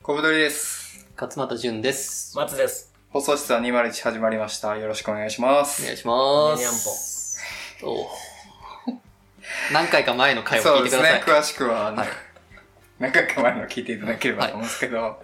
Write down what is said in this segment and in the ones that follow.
小太りです。 勝俣淳です。 松です。 放送室は201始まりました。よろしくお願いします。 お願いします。何回か前の回を聞いてください。 そうですね。詳しくは、はい、何回か前の聞いていただければと思うんですけど、はい、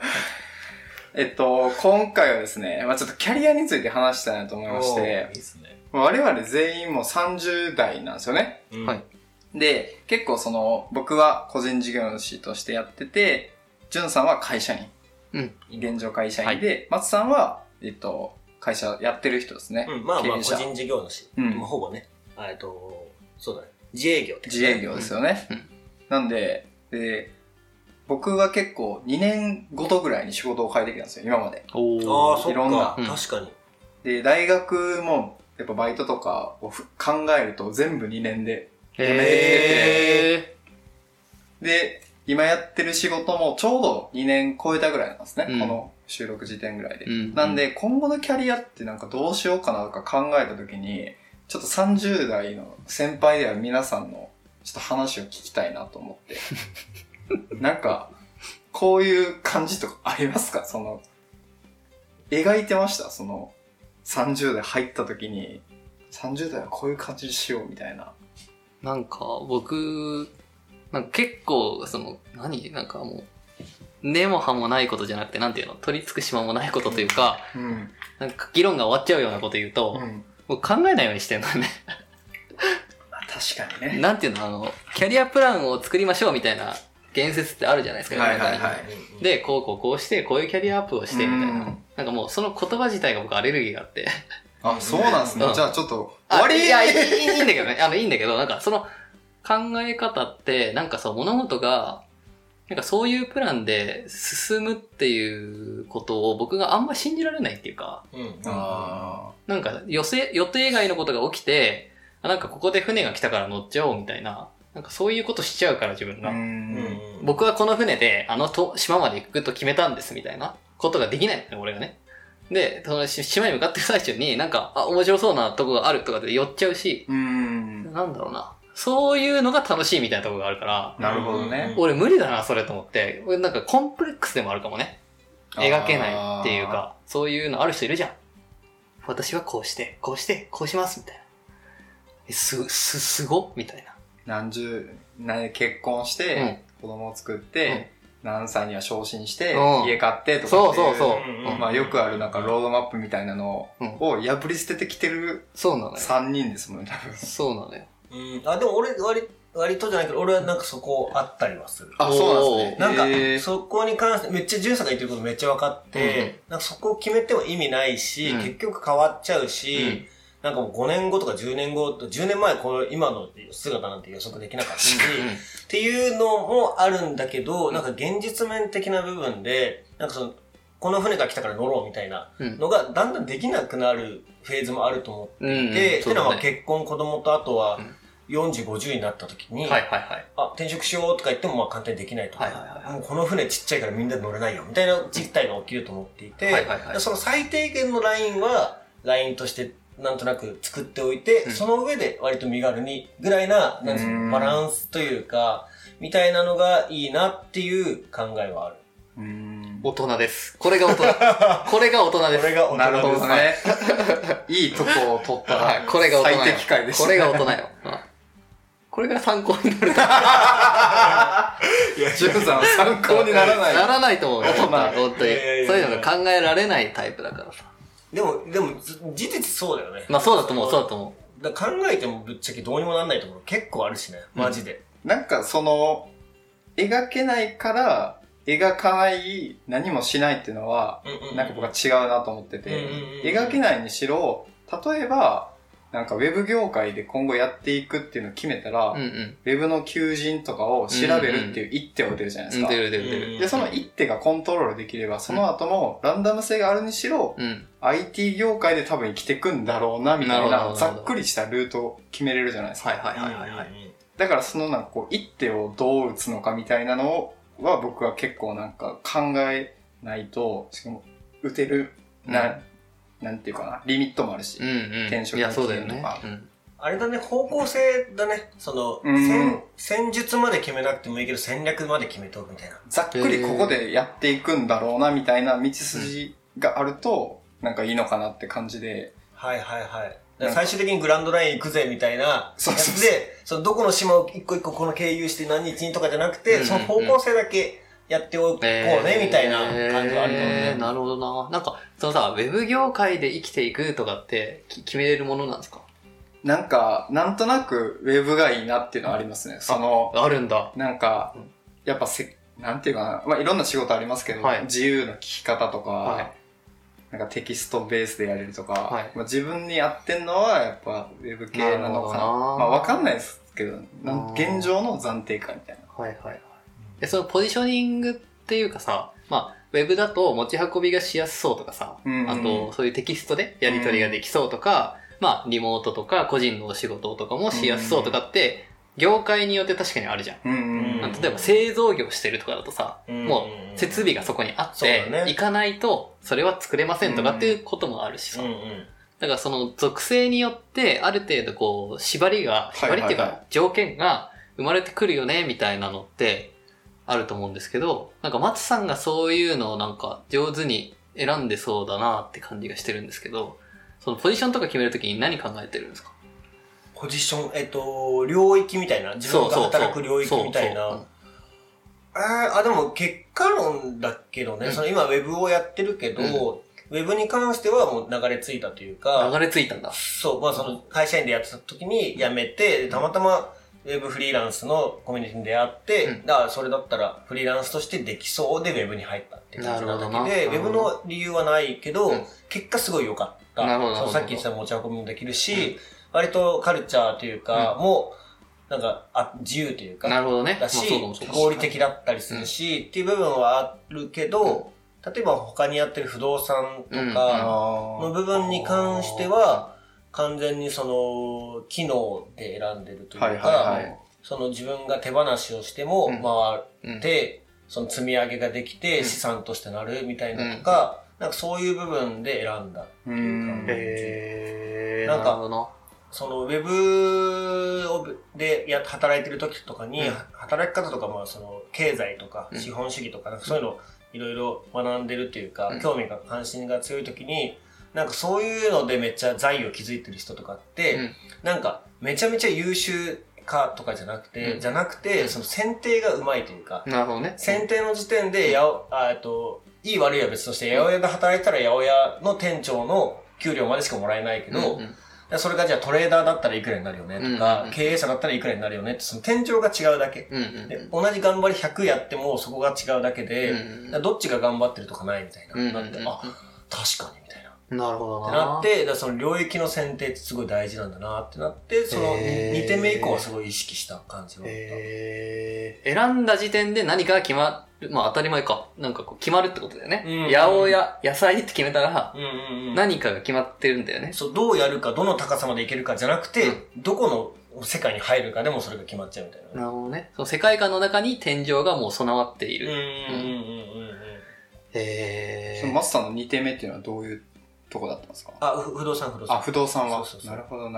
今回はですね、ちょっとキャリアについて話したいなと思いまして、 いいですね、 我々全員も30代なんですよね。 はい。 で、結構僕は個人事業主としてやってて、淳さんは会社員。現状会社員で、はい、松さんは、会社やってる人ですね。 個人事業主。ほぼね。そうだね。自営業って。 自営業ですよね。なんで、僕は結構2年ごとぐらいに仕事を変えてきたんですよ、今まで。 ああ、そっか。 いろんな。 確かに。 で、大学も、やっぱバイトとかを考えると全部2年で辞めてきてて、で、今やってる仕事もちょうど2年超えたぐらいなんですね。この収録時点ぐらいで。なんで、今後のキャリアってなんかどうしようかなとか考えたときに、ちょっと30代の先輩である皆さんのちょっと話を聞きたいなと思って。なんか、こういう感じとかありますか？描いてました？30代入った時に、30代はこういう感じにしようみたいな。 なんか、僕、結構、なんかもう、根も葉もないことじゃなくて、なんていうの、取り付く島もないことというか、なんか議論が終わっちゃうようなこと言うと、もう考えないようにしてるのね。 確かにね。 なんていうの、キャリアプランを作りましょうみたいな言説ってあるじゃないですか、 はいはいはい。 で、こうして、こういうキャリアアップをして、みたいな。なんかもう、その言葉自体が僕アレルギーがあって。 あ、そうなんですね。じゃあちょっと、終わり？ いや、いいんだけどね。いいんだけど、なんかその考え方って、なんか物事が、なんかそういうプランで進むっていうことを僕があんま信じられないっていうか、なんか予定外のことが起きて、なんかここで船が来たから乗っちゃおうみたいな、なんかそういうことしちゃうから自分が。僕はこの船で島まで行くと決めたんですみたいなことができないのね、俺がね。で、その島に向かってる最中になんか、面白そうなとこがあるとかで寄っちゃうし、なんだろうな。そういうのが楽しいみたいなところがあるから。 なるほどね。 俺無理だな、それと思って。俺なんかコンプレックスでもあるかもね。描けないっていうか、そういうのある人いるじゃん。私はこうして、こうして、こうします、みたいな。すごみたいな。 結婚して、子供を作って、何歳には昇進して、家買ってとかっていう。そう。よくあるなんかロードマップみたいなのを破り捨ててきてる3人ですもんね、多分。 そうなのよ。 でも俺、割とじゃないけど、俺はなんかそこあったりはする。 あ、そうなんですね。 なんか、そこに関して、めっちゃジュンさんが言ってることめっちゃ分かって、なんかそこを決めても意味ないし、結局変わっちゃうし、なんかもう5年後とか10年後と、10年前今の姿なんて予測できなかったし、っていうのもあるんだけど、なんか現実面的な部分で、なんかこの船が来たから乗ろうみたいなのがだんだんできなくなるフェーズもあると思っていて、っていうのは結婚、子供とあとは40、50になった時に、転職しようとか言っても簡単にできないとか、もうこの船ちっちゃいからみんな乗れないよみたいな実態が起きると思っていて、その最低限のラインは、ラインとしてなんとなく作っておいて、その上で割と身軽にぐらいな、バランスというか、みたいなのがいいなっていう考えはある。 大人です。これが大人。これが大人です。 これが大人です。なるほどね。いいとこを取ったら、 これが大人。 最適解です。 これが大人よ。これが参考になる。 ジュンさんは参考にならない。 ならないと思うよ。本当に。そういうのが考えられないタイプだからさ。 でも、事実そうだよね。 そうだと思う。 だ考えてもぶっちゃけどうにもなんないところ結構あるしね。マジで。 なんか描けないから、描かない何もしないっていうのは、なんか僕は違うなと思ってて、描けないにしろ、例えば、なんかウェブ業界で今後やっていくっていうのを決めたら、ウェブの求人とかを調べるっていう一手を打てるじゃないですか。 出る。 で、その一手がコントロールできれば、その後もランダム性があるにしろ、IT 業界で多分生きていくんだろうな、みたいな、ざっくりしたルートを決めれるじゃないですか。だからなんか一手をどう打つのかみたいなのは僕は結構なんか考えないと、しかも打てる、なんていうかな、リミットもあるし、転職の期限とか。 あれだね、方向性だね。戦術まで決めなくてもいいけど、戦略まで決めておくみたいな。 ざっくりここでやっていくんだろうな、みたいな道筋があると、なんかいいのかなって感じで。 はいはいはい。最終的にグランドライン行くぜみたいなやつで、どこの島を一個一個この経由して何日にとかじゃなくて、その方向性だけやっておこうね、みたいな感じはあるよね。 なるほどな。なんか、そのさ、ウェブ業界で生きていくとかって決めれるものなんですか？ なんか、なんとなくウェブがいいなっていうのはありますね。 あるんだ。 なんか、やっぱなんていうかな、まあいろんな仕事ありますけど、自由の聞き方とか、なんかテキストベースでやれるとか、まあ、自分に合ってんのはやっぱウェブ系なのかな。まあわかんないですけど、現状の暫定化みたいな。 はいはいはい。で、そのポジショニングっていうかさ、まあ、ウェブだと持ち運びがしやすそうとかさ、あとそういうテキストでやり取りができそうとか、まあ、リモートとか個人のお仕事とかもしやすそうとかって、業界によって確かにあるじゃん。例えば製造業してるとかだとさ、もう設備がそこにあって、行かないとそれは作れませんとかっていうこともあるしさ。だからその属性によってある程度こう縛りっていうか条件が生まれてくるよねみたいなのってあると思うんですけど、なんか松さんがそういうのをなんか上手に選んでそうだなって感じがしてるんですけど、そのポジションとか決めるときに何考えてるんですか？ ポジション、領域みたいな。自分が働く領域みたいな。でも結果論だけどね、今ウェブをやってるけど、ウェブに関してはもう流れ着いたというか。 流れ着いたんだ。 そう、まあ会社員でやってた時に辞めて、たまたまウェブフリーランスのコミュニティに出会って、だからそれだったらフリーランスとしてできそうでウェブに入ったっていう感じなだけで、ウェブの理由はないけど、結果すごい良かった。さっき言った持ち運びもできるし、割とカルチャーというか、もう、なんか、自由というか、 なるほどね。 だし、合理的だったりするし、っていう部分はあるけど、例えば他にやってる不動産とかの部分に関しては、完全に機能で選んでるというか、自分が手放しをしても回って、積み上げができて資産としてなるみたいなとか、なんかそういう部分で選んだっていうか、なんか、ウェブで働いてる時とかに、働き方とか、経済とか資本主義とか、なんかそういうのいろいろ学んでるっていうか、興味が関心が強い時に、なんかそういうのでめっちゃ財を築いてる人とかって、なんかめちゃめちゃ優秀かとかじゃなくて、選定がうまいというか、 なるほどね。 選定の時点で、いい悪いは別として、八百屋で働いたら八百屋の店長の給料までしかもらえないけど、それがじゃあトレーダーだったらいくらになるよねとか、経営者だったらいくらになるよねって、その天井が違うだけ。で同じ頑張り100やってもそこが違うだけで、どっちが頑張ってるとかないみたいな。なって、確かにみたいな。 なるほどな。 ってなって、その領域の選定ってすごい大事なんだなってなって、その2点目以降はすごい意識した感じはあった。 選んだ時点で何かが決まる、まあ当たり前か。なんかこう決まるってことだよね。八百屋、野菜って決めたら、何かが決まってるんだよね。 そう、どうやるか、どの高さまでいけるかじゃなくて、どこの世界に入るかでもそれが決まっちゃうみたいな。 なるほどね。その世界観の中に天井がもう備わっている。 そのマスターの2点目っていうのはどういうとこだったんですか？ 不動産。 不動産は。なるほど。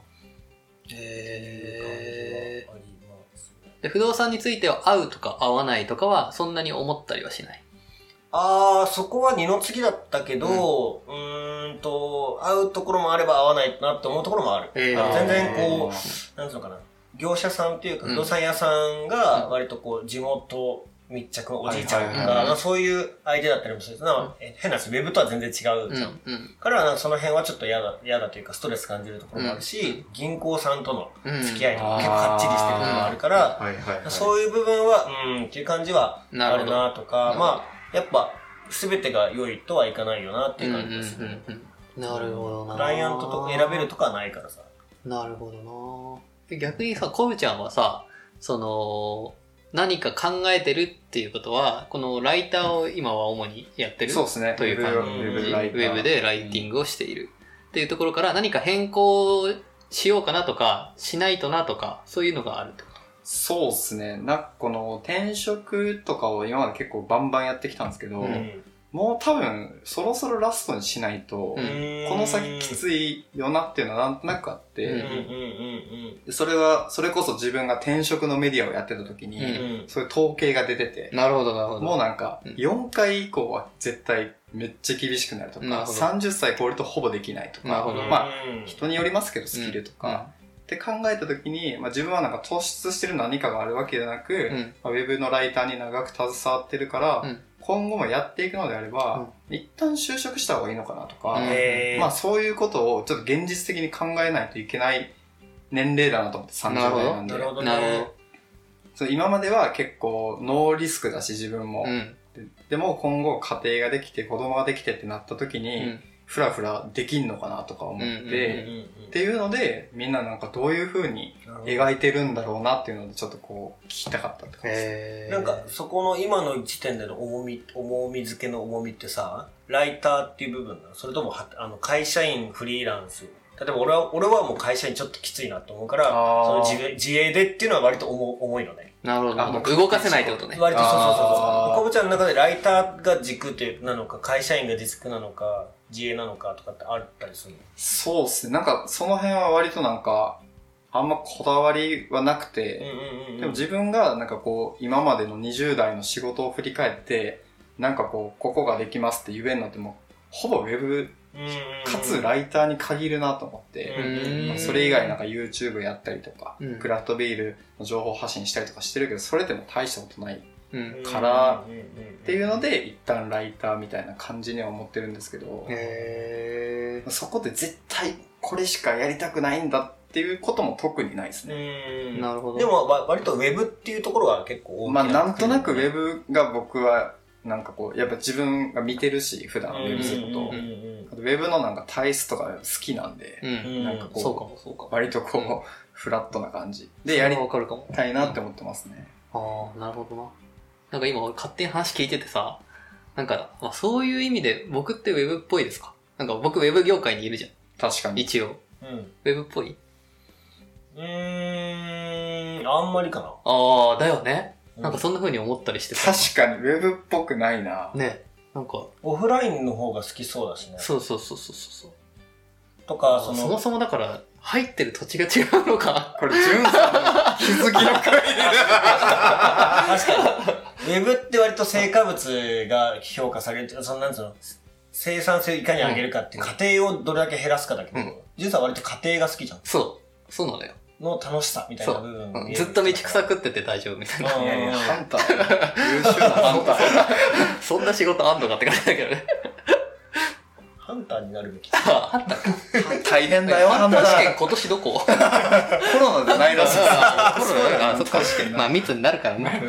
で、不動産については合うとか合わないとかはそんなに思ったりはしない？ そこは二の次だったけど、合うところもあれば合わないなって思うところもある。全然こう、なんつうのかな、業者さんっていうか不動産屋さんが割とこう地元密着のおじいちゃんとか、そういう相手だったりもする。変な話、ウェブとは全然違うじゃん。から、その辺はちょっと嫌だというか、ストレス感じるところもあるし、銀行さんとの付き合いとか結構かっちりしてる部分もあるから、そういう部分は、っていう感じはあるなとか、まあ、やっぱ、すべてが良いとはいかないよなっていう感じですね。 なるほどな。 クライアントとか選べるとかはないからさ。 なるほどな。逆にさ、コブちゃんはさ、何か考えてるっていうことは、このライターを今は主にやってるそうですね。 という感じ。ウェブでライティングをしている。っていうところから何か変更しようかなとか、しないとなとか、そういうのがあるってこと？ そうですね。この転職とかを今まで結構バンバンやってきたんですけど、 もう多分、そろそろラストにしないと、この先きついよなっていうのはなんとなくあって、それこそ自分が転職のメディアをやってた時に、そういう統計が出てて、 なるほど、なるほど。 もうなんか、4回以降は絶対めっちゃ厳しくなるとか、30歳超えるとほぼできないとか、まあ、人によりますけど、スキルとか、って考えたときに、まあ、自分はなんか突出してる何かがあるわけじゃなく、まあ、ウェブのライターに長く携わってるから、今後もやっていくのであれば、一旦就職した方がいいのかなとか、まあそういうことをちょっと現実的に考えないといけない年齢だなと思って30代なんで。 なるほどね。今までは結構ノーリスクだし自分も。でも今後家庭ができて子供ができてってなった時に、フラフラできんのかなとか思って、っていうので、みんななんかどういう風に描いてるんだろうなっていうので、ちょっとこう、聞きたかったって感じです。 なんか、そこの今の時点での重み付けの重みってさ、ライターっていう部分なの？それとも会社員、フリーランス。例えば俺はもう会社員ちょっときついなと思うから、その自営でっていうのは割と重いのね。 なるほど。動かせないってことね。 割とそう。コブちゃんの中でライターが軸なのか、会社員が軸なのか、自営なのかとかってあったりするの？ そうですね。なんかその辺は割となんか、あんまこだわりはなくて、でも自分がなんかこう、今までの20代の仕事を振り返って、なんかこう、ここができますって言えるのってもう、ほぼウェブ、かつライターに限るなと思って、それ以外なんか YouTube やったりとか、クラフトビールの情報発信したりとかしてるけど、それでも大したことないからっていうので、一旦ライターみたいな感じには思ってるんですけど、そこで絶対これしかやりたくないんだっていうことも特にないですね。 なるほど。 でも割とウェブっていうところは結構大きな。 まあなんとなくウェブが僕はなんかこう、やっぱ自分が見てるし、普段ウェブすることを。ウェブのなんか体質とか好きなんで、なんかこう、 そうかも。 割とこう、フラットな感じでやりたいなって思ってますね。 ああ、なるほどな。なんか今俺勝手に話聞いててさ、なんか、まあ、そういう意味で僕ってウェブっぽいですか？なんか僕ウェブ業界にいるじゃん。 確かに。 一応。ウェブっぽい？ あんまりかな。 ああ、だよね。なんかそんな風に思ったりしてた。 確かに、ウェブっぽくないな。 ね。なんか。 オフラインの方が好きそうだしね。 そう。 とか、 そもそもだから、入ってる土地が違うのか。 これ、ジュンさんの気づきの回で。確かに。ウェブって割と成果物が評価される。なんつうの、生産性をいかに上げるかっていう過程をどれだけ減らすかだけど、ジュンさんは割と過程が好きじゃん。 そうなのよ。 の楽しさみたいな部分、 ずっと道草食ってて大丈夫みたいな。 いやハンター。優秀なハンター。 そんな仕事あんのかって感じだけどね。 ハンターになるべき。 ハンターか。 大変だよ、ハンター。 確かに今年どこコロナじゃないらしいです。 コロナそっか。まあ密になるからね。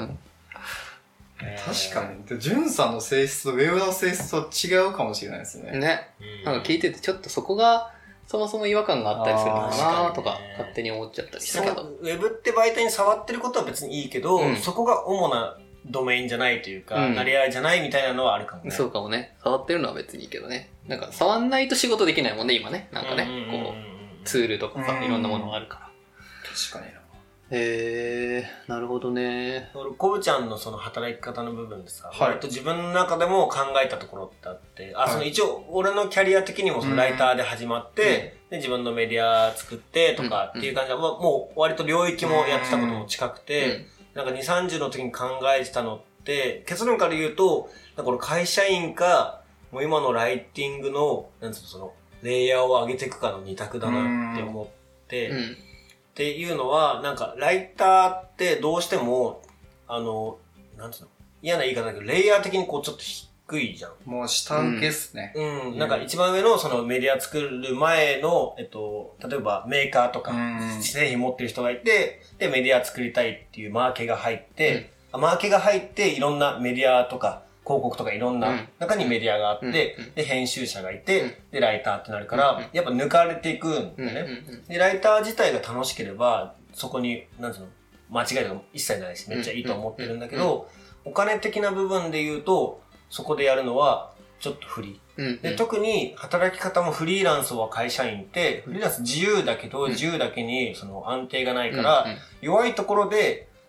確かに。ジュンさんの性質とウェブの性質と違うかもしれないですね。 ね。なんか聞いててちょっとそこが、そもそも違和感があったりするのかなとか、勝手に思っちゃったりしたけど。 ウェブって媒体に触ってることは別にいいけど、そこが主なドメインじゃないというか、なり合いじゃないみたいなのはあるかもね。 そうかもね。触ってるのは別にいいけどね。なんか触んないと仕事できないもんね、今ね。なんかね、こう、ツールとかさ、いろんなものがあるから。 確かにな。 なるほどね。 俺、コブちゃんのその働き方の部分でさ、割と自分の中でも考えたところってあって、その一応、俺のキャリア的にもそのライターで始まって、で、自分のメディア作ってとかっていう感じで、もう割と領域もやってたことも近くて、なんか2、30の時に考えてたのって、結論から言うと、なんか俺会社員か、もう今のライティングの、なんつうの、その、レイヤーを上げていくかの二択だなって思って、っていうのは、なんか、ライターってどうしても、なんつうの、嫌な言い方だけど、レイヤー的にこうちょっと低いじゃん。 もう下請けっすね。 なんか一番上のそのメディア作る前の、例えばメーカーとか、製品持ってる人がいて、で、メディア作りたいっていうマーケが入って、いろんなメディアとか、広告とかいろんな中にメディアがあって、で、編集者がいて、で、ライターってなるから、やっぱ抜かれていくんだよね。で、ライター自体が楽しければ、そこに、なんていうの、間違いとか一切ないし、めっちゃいいと思ってるんだけど、お金的な部分で言うと、そこでやるのは、ちょっと不利。で、特に働き方もフリーランスは会社員って、フリーランス自由だけど、自由だけにその安定がないから、弱いところで、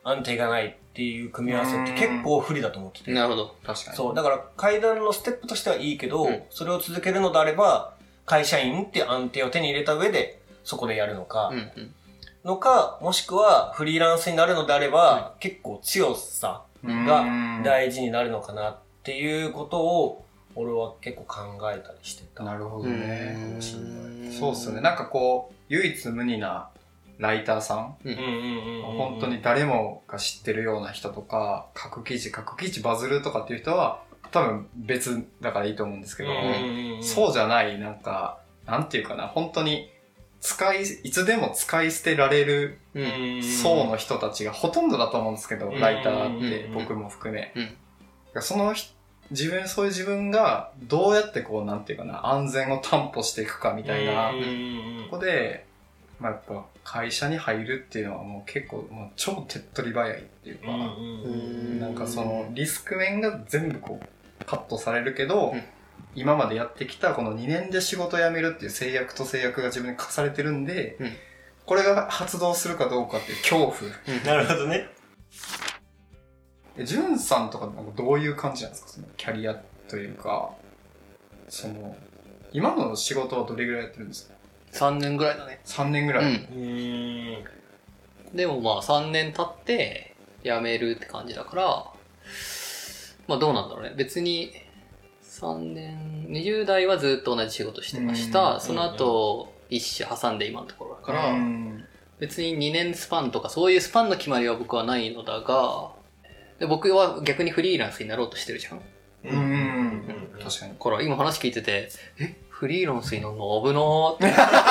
安定がないっていう組み合わせって結構不利だと思ってて。 なるほど。 確かに。 そう。だから階段のステップとしてはいいけど、 うんそれを続けるのであれば、会社員っていう安定を手に入れた上で、そこでやるのか、 うんうん。 もしくはフリーランスになるのであれば、結構強さが大事になるのかなっていうことを、俺は結構考えたりしてた。 なるほどね。 うんそうっすよね。なんかこう、唯一無二なライターさん、本当に誰もが知ってるような人とか、書く記事バズるとかっていう人は、多分別だからいいと思うんですけど、そうじゃない、なんか、なんていうかな、本当にいつでも使い捨てられる層の人たちがほとんどだと思うんですけど、ライターって僕も含め。そういう自分がどうやってこう、なんていうかな、安全を担保していくかみたいな、ここで、まあ、やっぱ会社に入るっていうのはもう結構、もう超手っ取り早いっていうか、なんかそのリスク面が全部こう、カットされるけど、今までやってきたこの2年で仕事辞めるっていう制約が自分に課されてるんで、これが発動するかどうかっていう恐怖。 なるほどね。 ジュンさんとかなんかどういう感じなんですか、そのキャリアというか、その、今の仕事はどれぐらいやってるんですか？ 3 年ぐらいだね。 3年ぐらい。 でもまあ3年経って辞めるって感じだから、まあどうなんだろうね。別に3年、20代はずっと同じ仕事してました。その後、一社挟んで今のところだから、別に2年スパンとかそういうスパンの決まりは僕はないのだが、で僕は逆にフリーランスになろうとしてるじゃん。 確かに。 だから今話聞いてて、フリーランスになるの危なーって。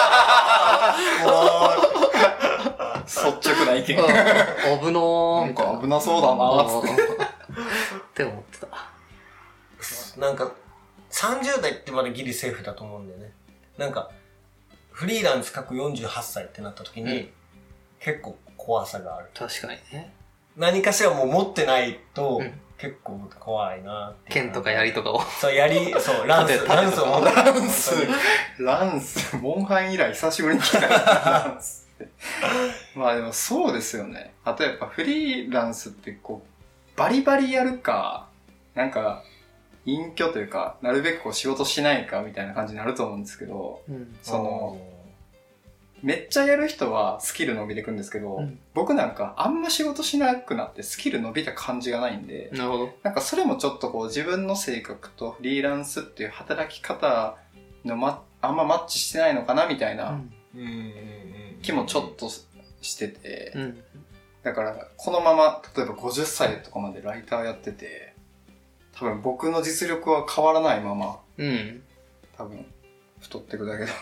率直な意見。 危なー。 なんか危なそうだなーって。 って思ってた。 なんか、30代ってまだギリセーフだと思うんだよね。なんか、フリーランス各48歳ってなった時に、結構怖さがある。 確かにね。 何かしらもう持ってないと、結構怖いなって。 剣とか槍とかを。 そう、ランスを持ってランス、モンハン以来久しぶりに聞いたランス。まあでもそうですよね。あとやっぱフリーランスってこう、バリバリやるか、なんか、隠居というか、なるべくこう仕事しないかみたいな感じになると思うんですけど、その、めっちゃやる人はスキル伸びていくんですけど、僕なんかあんま仕事しなくなってスキル伸びた感じがないんで、 なるほど。 なんかそれもちょっとこう自分の性格とフリーランスっていう働き方のあんまマッチしてないのかなみたいな気もちょっとしてて、だからこのまま例えば50歳とかまでライターやってて、多分僕の実力は変わらないまま、多分太っていくだけだ。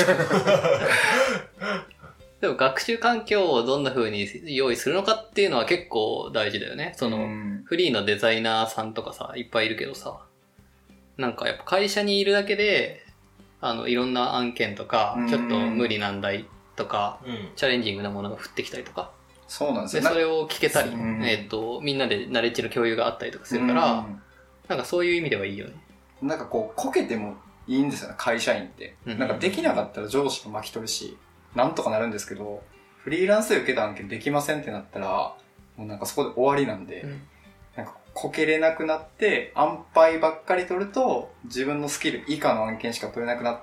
でも学習環境をどんな風に用意するのかっていうのは結構大事だよね。その、フリーのデザイナーさんとかさ、いっぱいいるけどさ、なんかやっぱ会社にいるだけで、いろんな案件とか、ちょっと無理難題とか、チャレンジングなものが降ってきたりとか、 そうなんですよ。 で、それを聞けたり、みんなでナレッジの共有があったりとかするから、なんかそういう意味ではいいよね。 なんかこう、こけてもいいんですよね、会社員って。なんかできなかったら上司が巻き取るし、なんとかなるんですけど、フリーランスで受けた案件できませんってなったら、もうなんかそこで終わりなんで、なんかこけれなくなって、安牌ばっかり取ると、自分のスキル以下の案件しか取れなくなって、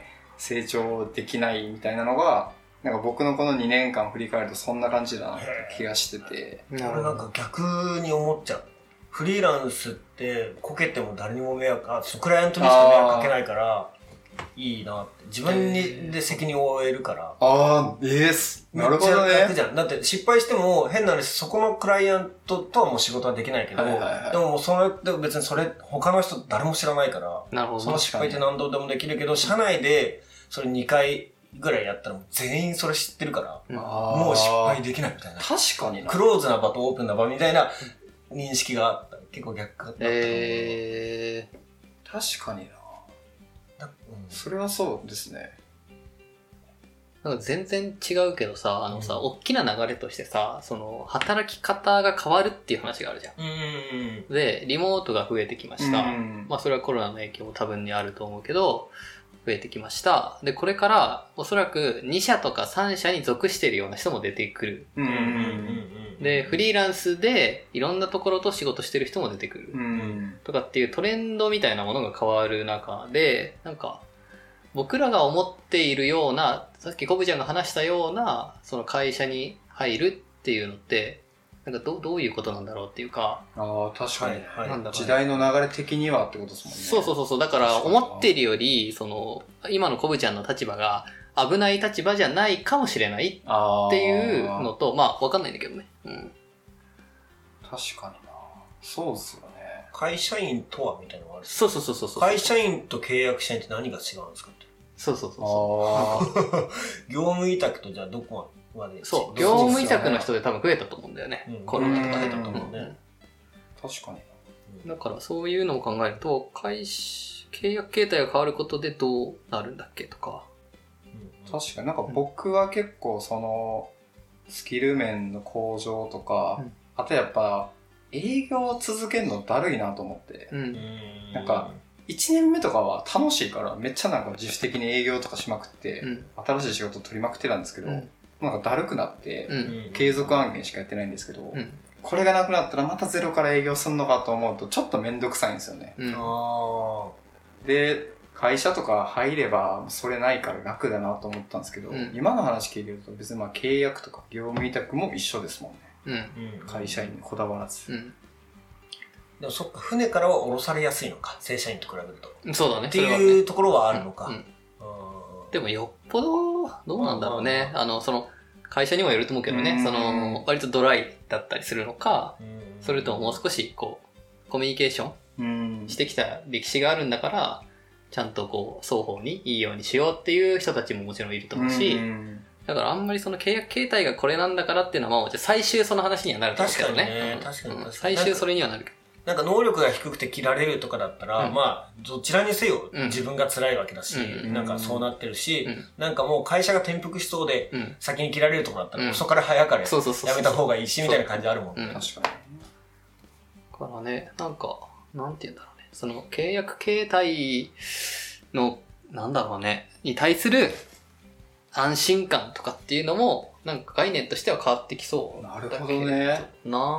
成長できないみたいなのが、なんか僕のこの2年間振り返るとそんな感じだなって気がしてて。 俺なんか逆に思っちゃう。フリーランスってこけても誰にも迷惑クライアントにしか迷惑かけないからいいなって。自分で責任を負えるから。 なるほどね。 楽じゃん。だって失敗しても変な話、そこのクライアントとはもう仕事はできないけど、でも別に他の人誰も知らないから、 なるほど。 その失敗って何度でもできるけど、社内でそれ2回ぐらいやったら全員それ知ってるから、もう失敗できないみたいな。 確かにな。 クローズな場とオープンな場みたいな認識があった。結構逆だったと思う。 確かにな。それはそうですね。 なんか全然違うけどさ、大きな流れとしてさ、その、働き方が変わるっていう話があるじゃん。で、リモートが増えてきました。まあそれはコロナの影響も多分にあると思うけど、 増えてきました。で、これからおそらく2社とか3社に属しているような人も出てくる。で、フリーランスでいろんなところと仕事してる人も出てくる。とかっていうトレンドみたいなものが変わる中で、なんか、僕らが思っているような、さっきコブちゃんが話したような、その会社に入るっていうのって、なんかどういうことなんだろうっていうか。 ああ、確かに。 はいなんだろうね、 時代の流れ的にはってことですもんね。 そう。だから思っているより、今のコブちゃんの立場が危ない立場じゃないかもしれないっていうのと、まあわかんないんだけどね。うん。 確かにな。そうですよね。 会社員とはみたいなのがある。 そう。 会社員と契約社員って何が違うんですかって。 そう業務委託とじゃあどこまで。 そう。業務委託の人で多分増えたと思うんだよね。コロナとか出たと思うね。 確かに。 だからそういうのを考えると、契約形態が変わることでどうなるんだっけとか。 確かになんか僕は結構スキル面の向上とか、あとやっぱ営業を続けるのだるいなと思って、なんか1年目とかは楽しいからめっちゃなんか自主的に営業とかしまくって、新しい仕事取りまくってたんですけど、なんかだるくなって、継続案件しかやってないんですけど、これがなくなったらまたゼロから営業するのかと思うとちょっとめんどくさいんですよね。で、会社とか入ればそれないから楽だなと思ったんですけど、今の話聞いてると別にまあ契約とか業務委託も一緒ですもんね。会社員にこだわらず。 でもそっか、船からは降ろされやすいのか、正社員と比べると。 そうだね。 っていうところはあるのか。 でもよっぽど、どうなんだろうね。会社にもよると思うけどね、割とドライだったりするのか、それとももう少し、コミュニケーションしてきた歴史があるんだから、ちゃんと双方にいいようにしようっていう人たちももちろんいると思うし、だからあんまりその契約形態がこれなんだからっていうのは、まあ、最終その話にはなると思うけどね。 確かに。 最終それにはなるけど。 なんか能力が低くて切られるとかだったら、まあ、どちらにせよ自分が辛いわけだし、なんかそうなってるし、なんかもう会社が転覆しそうで、先に切られるとこだったら、遅かれ早かれやめた方がいいし、みたいな感じあるもんね。 確かに。 だからね、なんか、なんて言うんだろうね。その契約形態の、なんだろうね、に対する安心感とかっていうのも、なんか概念としては変わってきそうなるほどね。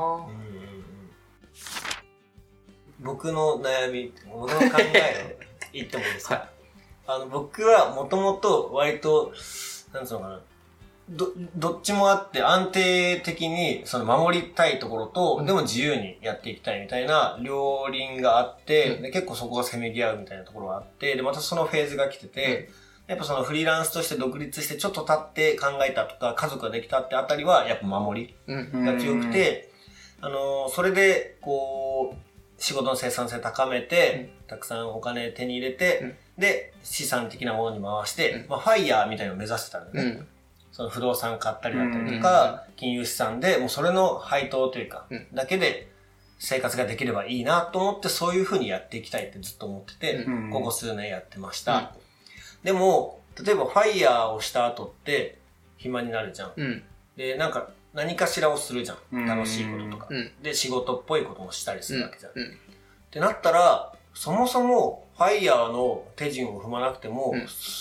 僕の悩み、僕の考えを言ってもいいですか、僕はもともと割と、なんつうのかな、どっちもあって安定的に守りたいところと、でも自由にやっていきたいみたいな両輪があって、で結構そこがせめぎ合うみたいなところがあって、でまたそのフェーズが来てて、やっぱフリーランスとして独立してちょっと経って考えたとか、家族ができたってあたりはやっぱ守りが強くて、それで仕事の生産性高めて、たくさんお金手に入れて、で資産的なものに回して、まあファイヤーみたいなのを目指してたんだよね。その不動産買ったりだったりとか、金融資産でもうそれの配当というか、だけで生活ができればいいなと思って、そういう風にやっていきたいってずっと思ってて、ここ数年やってました。でも、例えばファイヤーをした後って暇になるじゃん。で、なんか何かしらをするじゃん。楽しいこととか。で、仕事っぽいこともしたりするわけじゃん。ってなったら、そもそもファイヤーの手順を踏まなくても、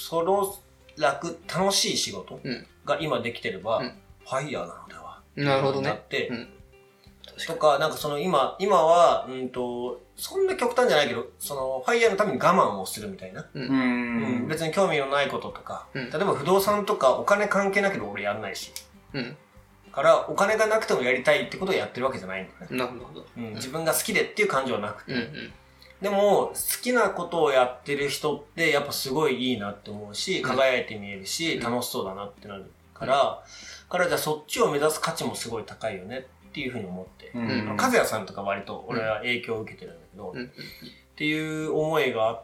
楽しい仕事が今できてれば、ファイヤーなのでは。 なるほどね。 なって、とか、なんか今は、そんな極端じゃないけど、ファイヤーのために我慢をするみたいな。別に興味のないこととか、例えば不動産とかお金関係なければ俺やんないし。からお金がなくてもやりたいってことをやってるわけじゃないんだよね。 なるほど。 自分が好きでっていう感情はなくて。でも、好きなことをやってる人ってやっぱすごいいいなって思うし、輝いて見えるし、楽しそうだなってなるから、じゃあそっちを目指す価値もすごい高いよねっていうふうに思って。和也さんとか割と俺は影響を受けてるんだけど、っていう思いがあって、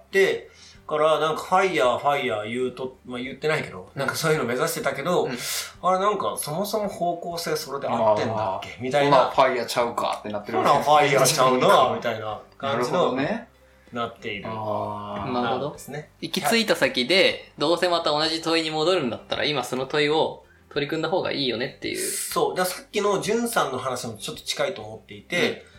からなんかファイヤー言うと、まあ言ってないけど、なんかそういうの目指してたけど、あれなんかそもそも方向性それで合ってんだっけみたいな。 ファイヤーちゃうかってなってるわけです。ファイヤーちゃうなみたいな感じのね。 なっている。 なるほど。 ですね。 行き着いた先で、どうせまた同じ問いに戻るんだったら、今その問いを取り組んだ方がいいよねっていう。 そう。さっきのジュンさんの話もちょっと近いと思っていて、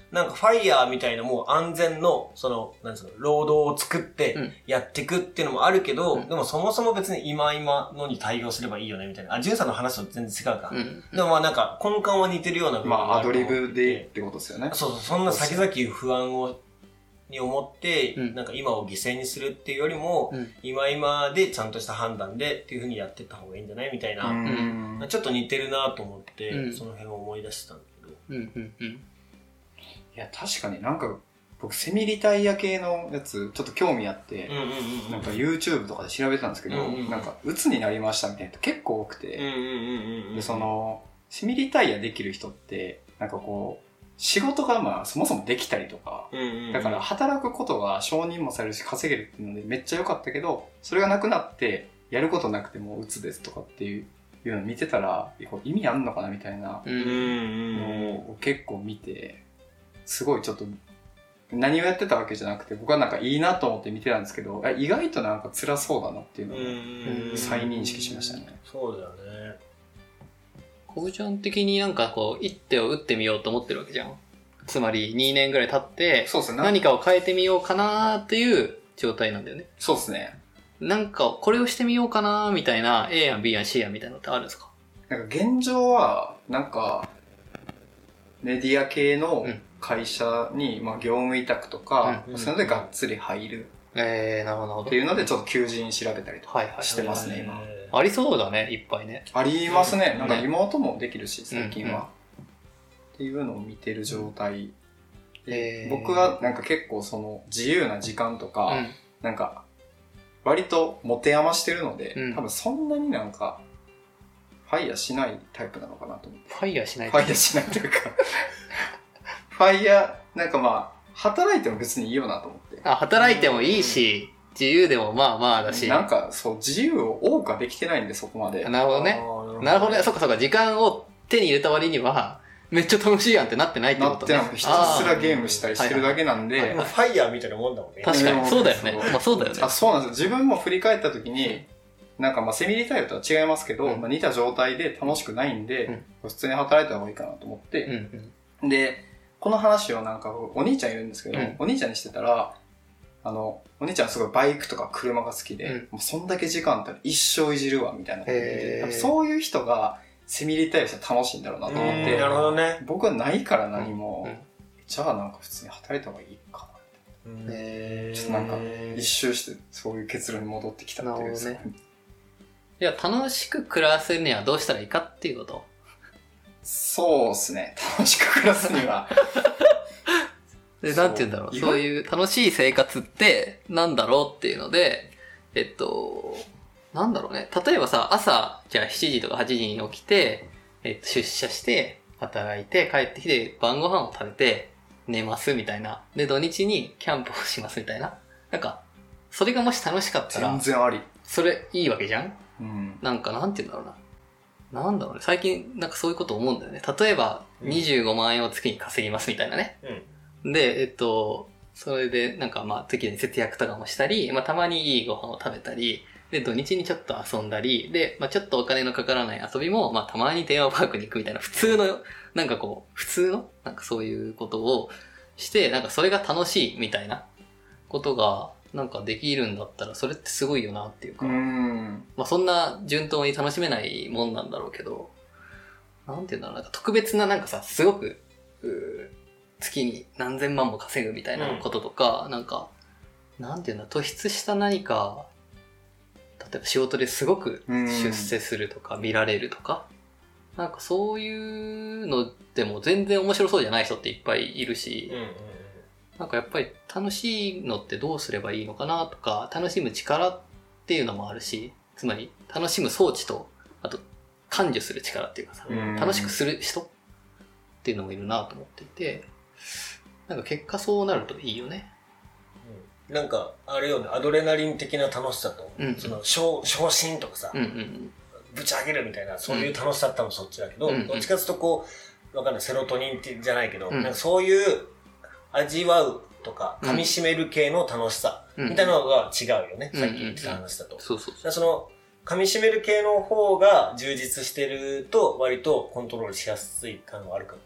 なんかファイヤーみたいなもう安全の、なんつうの、労働を作ってやっていくっていうのもあるけど、でもそもそも別に今のに対応すればいいよねみたいな。あ、ジュンさんの話と全然違うか。でもまあなんか根幹は似てるような部分があると思って。まあアドリブでってことですよね。 そうそう、そんな先々不安に思って、なんか今を犠牲にするっていうよりも、今でちゃんとした判断でっていう風にやってった方がいいんじゃないみたいな、ちょっと似てるなと思って、その辺を思い出してたんだけど。 いや、確かになんか、僕セミリタイヤ系のやつ、ちょっと興味あって、なんか YouTube とかで調べてたんですけど、なんか、鬱になりましたみたいな人結構多くて、で、セミリタイヤできる人って、なんかこう、仕事がまあそもそもできたりとか、だから働くことが承認もされるし稼げるっていうのでめっちゃ良かったけど、それがなくなってやることなくても鬱ですとかっていうのを見てたら意味あんのかなみたいなのを結構見て、すごいちょっと何をやってたわけじゃなくて僕はなんかいいなと思って見てたんですけど、意外となんか辛そうだなっていうのを再認識しましたね。 そうだよね。 コブちゃん的になんかこう一手を打ってみようと思ってるわけじゃん。つまり2年ぐらい経って何かを変えてみようかなっていう状態なんだよね。 そうですね。 なんかこれをしてみようかなみたいな A 案 B 案 C 案みたいなのってあるんですか？ なんか現状はなんかメディア系の会社にまあ業務委託とか、そういうのでがっつり入る。 なるほど。 っていうのでちょっと求人調べたりとかしてますね、今。 ありそうだね、いっぱいね。 ありますね。なんかリモートもできるし、最近は。っていうのを見てる状態。僕はなんか結構その自由な時間とか、なんか割と持て余してるので、多分そんなになんかファイヤーしないタイプなのかなと思って。 ファイヤーしないファイヤーしないというかファイヤー、なんかまあ、働いても別にいいよなと思って。 働いてもいいし、自由でもまあまあだし。 なんかそう、自由を謳歌できてないんで、そこまで。 なるほどね。なるほどね。そっかそっか、時間を手に入れた割には、めっちゃ楽しいやんってなってないってことね。 なってなく、ひたすらゲームしたりしてるだけなんで。 ファイヤーみたいなもんだもんね。 確かに、そうだよね。まあそうだよね。 そうなんですよ。自分も振り返った時に、なんかまあセミリタイヤとは違いますけど、まあ似た状態で楽しくないんで、普通に働いた方がいいかなと思って、で、この話をなんかお兄ちゃんいるんですけど、お兄ちゃんにしてたら、お兄ちゃんすごいバイクとか車が好きで、もうそんだけ時間あったら一生いじるわみたいなこと言ってて、そういう人がセミリタイヤしたら楽しいんだろうなと思って、 なるほどね。 僕はないから何も、じゃあなんか普通に働いた方がいいかな。ちょっとなんか一周してそういう結論に戻ってきたっていう。 いや、楽しく暮らすにはどうしたらいいかっていうこと。 そうですね。楽しく暮らすには。 で、なんて言うんだろう。そういう楽しい生活ってなんだろうっていうので、なんだろうね。例えばさ、朝、じゃあ7時とか8時に起きて、出社して、働いて、帰ってきて、晩ご飯を食べて、寝ますみたいな。で、土日にキャンプをしますみたいな。なんか、それがもし楽しかったら、 全然あり。 それいいわけじゃん？ うん。 なんか、なんて言うんだろうな。なんだろうね。最近、なんかそういうこと思うんだよね。例えば、25万円を月に稼ぎますみたいなね。で、それで、なんかまあ、月に節約とかもしたり、まあ、たまにいいご飯を食べたり、で、土日にちょっと遊んだり、で、まあ、ちょっとお金のかからない遊びも、まあ、たまにテーマパークに行くみたいな、普通の、なんかこう、普通の、なんかそういうことをして、なんかそれが楽しいみたいなことが、なんかできるんだったら、それってすごいよなっていうか、まあ、そんな順当に楽しめないもんなんだろうけど、なんていうんだろう、なんか特別ななんかさ、すごく、月に何千万も稼ぐみたいなこととか、なんか、なんていうんだ、突出した何か、例えば仕事ですごく出世するとか、見られるとか、なんかそういうのでも全然面白そうじゃない人っていっぱいいるし、なんかやっぱり楽しいのってどうすればいいのかなとか、楽しむ力っていうのもあるし、つまり楽しむ装置と、あと感受する力っていうかさ、楽しくする人っていうのもいるなと思っていて、なんか結果そうなるといいよね。 なんか、あれよね、アドレナリン的な楽しさと、その、昇進とかさ、ぶち上げるみたいな、そういう楽しさってもそっちだけど、どっちかっていうとこう、わかんない、セロトニンってじゃないけど、なんかそういう味わうとか、噛み締める系の楽しさ、みたいなのが違うよね、さっき言ってた話だと。その、噛み締める系の方が充実してると、割とコントロールしやすい感があるからね。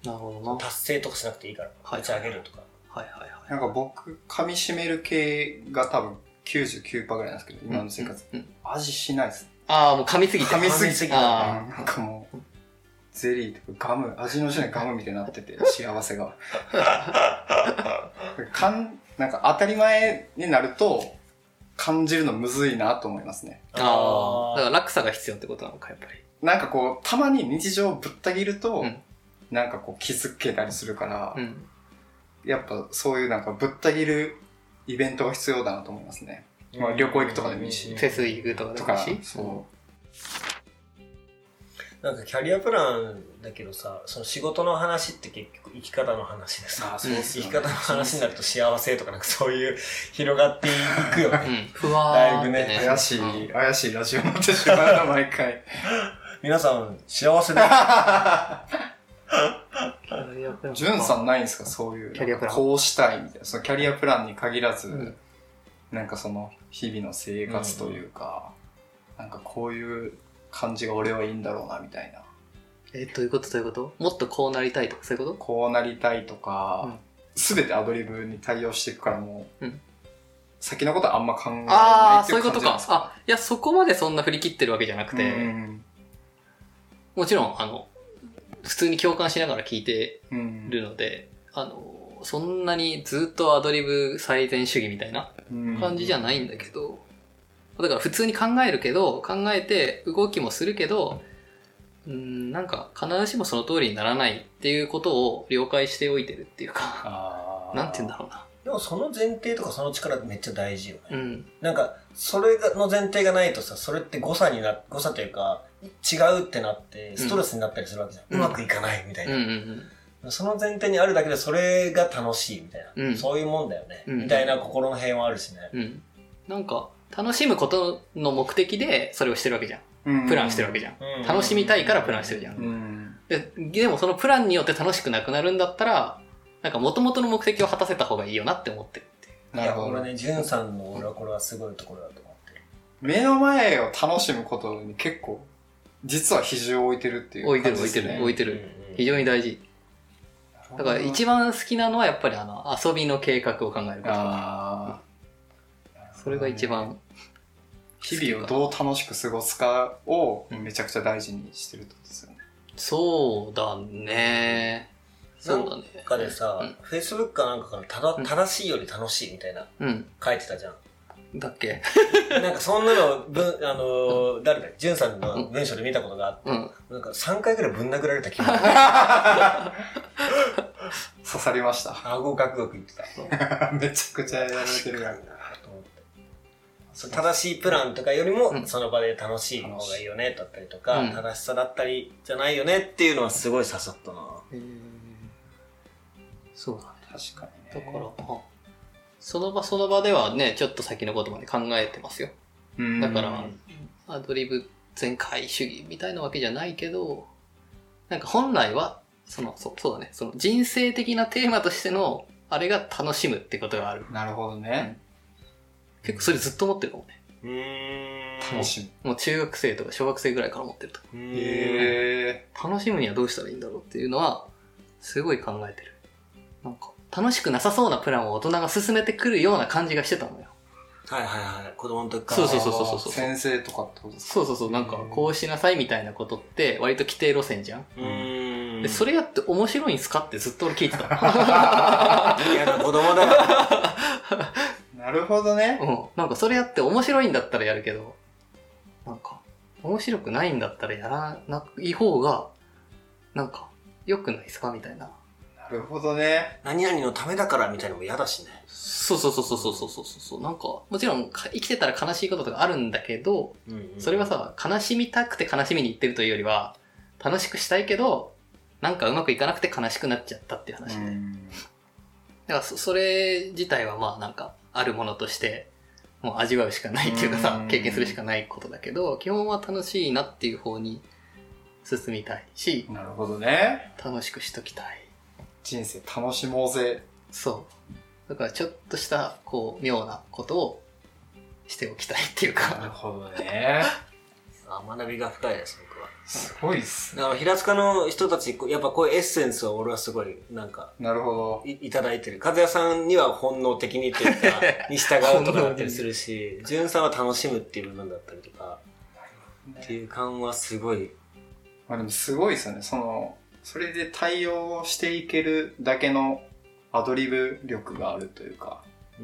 なるほどな。 達成とかしなくていいから、打ち上げるとか。 はいはいはい。 なんか僕、噛み締める系が多分 99% ぐらいなんですけど、今の生活。味しないです。 ああ、もう噛みすぎて。 噛みすぎて。 あなんかもう、ゼリーとかガム、味のしないガムみたいになってて、幸せが。なんか当たり前になると、感じるのむずいなと思いますね。 ああ。だから落差が必要ってことなのか、やっぱり。 なんかこう、たまに日常ぶった切ると、なんかこう気づけたりするから、やっぱそういうなんかぶった切るイベントが必要だなと思いますね。まあ旅行行くとかでもいいし。 フェス行くとかでもいいし。 そう。 なんかキャリアプランだけどさ、その仕事の話って結局生き方の話でさ、 そう生き方の話になると幸せとかなんかそういう広がっていくよね。 ふわだいぶね。 怪しいラジオになってしまうな、毎回。 皆さん、幸せで。 ジュンさんないんですかそういう。 キャリアプラン。 こうしたいみたいな。そのキャリアプランに限らず、なんかその日々の生活というか、なんかこういう感じが俺はいいんだろうな、みたいな。 どういうこともっとこうなりたいとか、そういうことこうなりたいとか、すべてアドリブに対応していくからもう、先のことはあんま考えないっていう感じなんですか。 ああ、そういうことか。あ、いや、そこまでそんな振り切ってるわけじゃなくて、もちろん、普通に共感しながら聞いてるので、そんなにずっとアドリブ最善主義みたいな感じじゃないんだけど、だから普通に考えるけど、考えて動きもするけど、なんか必ずしもその通りにならないっていうことを了解しておいてるっていうか、なんて言うんだろうな。 でもその前提とかその力めっちゃ大事よね。なんか、それの前提がないとさ、それって誤差というか、違うってなって、ストレスになったりするわけじゃん。うまくいかないみたいな。その前提にあるだけでそれが楽しいみたいな。そういうもんだよね。みたいな心の平和あるしね。 なんか、楽しむことの目的でそれをしてるわけじゃん。プランしてるわけじゃん。楽しみたいからプランしてるじゃん。でもそのプランによって楽しくなくなるんだったら、なんか元々の目的を果たせた方がいいよなって思ってるっていう。 なるほどね。ジュンさんの俺はこれはすごいところだと思ってる。 目の前を楽しむことに結構、実は比重を置いてるっていう感じですね。 置いてる。非常に大事。だから一番好きなのはやっぱり遊びの計画を考えること。それが一番。 日々をどう楽しく過ごすかをめちゃくちゃ大事にしてるってことですよね。 そうだね。そうだね。 なんかでさ、Facebook かなんかから正しいより楽しいみたいな、書いてたじゃん。 だっけなんかそんなの、誰だ、ジュンさんの文章で見たことがあって、なんか3回くらいぶん殴られた気分。 刺さりました。 顎ガクガク言ってた。 めちゃくちゃやられてるやん。 正しいプランとかよりも、その場で楽しい方がいいよね、だったりとか、正しさだったりじゃないよねっていうのはすごい刺さったな。 そうだね。 確かにね。だから、その場ではね、ちょっと先のことまで考えてますよ。だから、アドリブ全開主義みたいなわけじゃないけど、なんか本来は、そうだね、その人生的なテーマとしての、あれが楽しむってことがある。 なるほどね。 結構それずっと思ってるかもね。 楽しむ。 もう中学生とか小学生ぐらいから思ってると。楽しむにはどうしたらいいんだろうっていうのは、すごい考えてる。なんか、楽しくなさそうなプランを大人が進めてくるような感じがしてたのよ。 はいはいはい。子供の時から。 そう。 先生とかってことですか？ そう。なんか、こうしなさいみたいなことって、割と規定路線じゃん。で、それやって面白いんすかってずっと俺聞いてた。 いや、子供だよ。 なるほどね。 なんかそれやって面白いんだったらやるけど、なんか、面白くないんだったらやらない方が、なんか、良くないですかみたいな。 なるほどね。 何々のためだからみたいなのも嫌だしね。 そう。なんか、もちろん生きてたら悲しいこととかあるんだけど、それはさ、悲しみたくて悲しみに行ってるというよりは、楽しくしたいけど、なんかうまくいかなくて悲しくなっちゃったっていう話で。だからそれ自体はまあなんか、あるものとして、もう味わうしかないっていうかさ、経験するしかないことだけど、基本は楽しいなっていう方に進みたいし、 なるほどね。 楽しくしときたい。 人生楽しもうぜ。 そう。だからちょっとした、こう、妙なことをしておきたいっていうか。 なるほどね。 学びが深いです、僕は。 すごいっす。 だから平塚の人たち、やっぱこういうエッセンスは俺はすごい、なんか、 なるほど。 いただいてる。和也さんには本能的にというか、に従うとかだったりするし、潤さんは楽しむっていう部分だったりとか、っていう感はすごい。 まあでもすごいですよね。それで対応していけるだけのアドリブ力があるというか。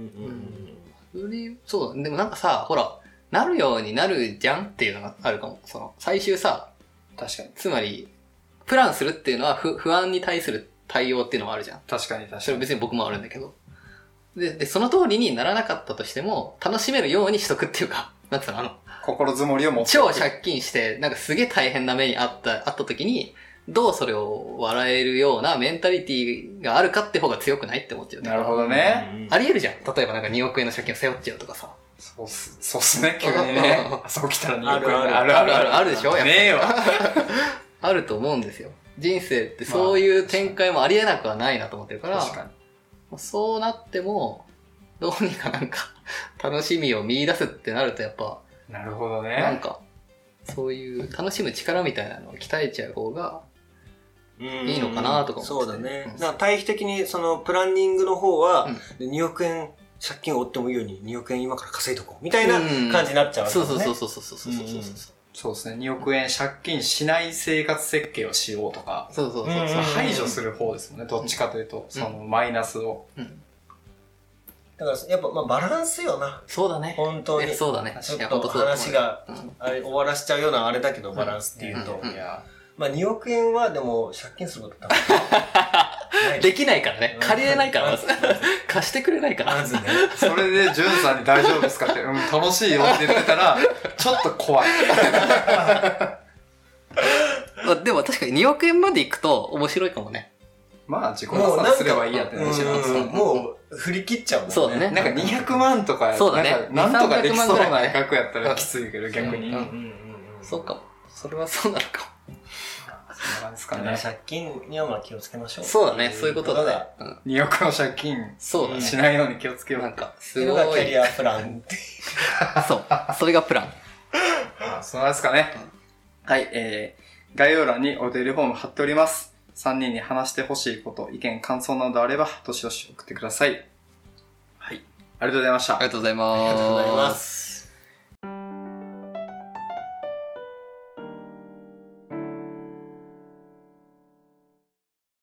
そう、でもなんかさ、ほら、なるようになるじゃんっていうのがあるかも。最終さ、 確かに。 つまり、プランするっていうのは不安に対する対応っていうのもあるじゃん。 確かに。 それ別に僕もあるんだけど。で、その通りにならなかったとしても、楽しめるようにしとくっていうか、なんつうの、 心づもりを持って。 超借金して、なんかすげえ大変な目にあった時に、どうそれを笑えるようなメンタリティがあるかって方が強くないって思っちゃう。 なるほどね。 ありえるじゃん。例えばなんか2億円の借金を背負っちゃうとかさ。 そうっすね、急にね。そう来たら2億円あるでしょ。 ねえよ。 あると思うんですよ。人生ってそういう展開もありえなくはないなと思ってるから、 確かに。 そうなっても、どうにかなんか楽しみを見出すってなるとやっぱ、 なるほどね。 なんか、そういう楽しむ力みたいなのを鍛えちゃう方がいいのかなとか思って。 そうだね。だから対比的にそのプランニングの方は、2億円借金を負ってもいいように2億円今から稼いとこうみたいな感じになっちゃうわけですね。 そう。 そうですね。2億円借金しない生活設計をしようとか。 そう。 排除する方ですもんね。どっちかというと、そのマイナスを。 だからやっぱバランスよな。 そうだね。 本当に。 そうだね。 ちょっと話が終わらしちゃうようなあれだけど、バランスっていうと。まあ2億円はでも借金すること多分できないからね。借りれないから。貸してくれないから。 まずね。 それで、ジュンさんに大丈夫ですかって、楽しいよって言ってたら、ちょっと怖い。 でも確かに2億円まで行くと面白いかもね。 まあ自己破産すればいいやって話なんですよ。 もう振り切っちゃうもんね。 そうだね。 なんか200万とか、 そうだね。 なんとかできそうな額やったらきついけど、逆に。 そうかも。それはそうなのかも。 そうなんですかね。 借金にはまあ気をつけましょう。 そうだね。そういうことだね。 2億の借金しないように気をつけよう。 なんか、すごい。 キャリアプラン。 そう。それがプラン。 そうなんですかね。はい、概要欄にお便りフォーム貼っております。3人に話してほしいこと、意見、感想などあれば、どしどし送ってください。はい。ありがとうございました。 ありがとうございます。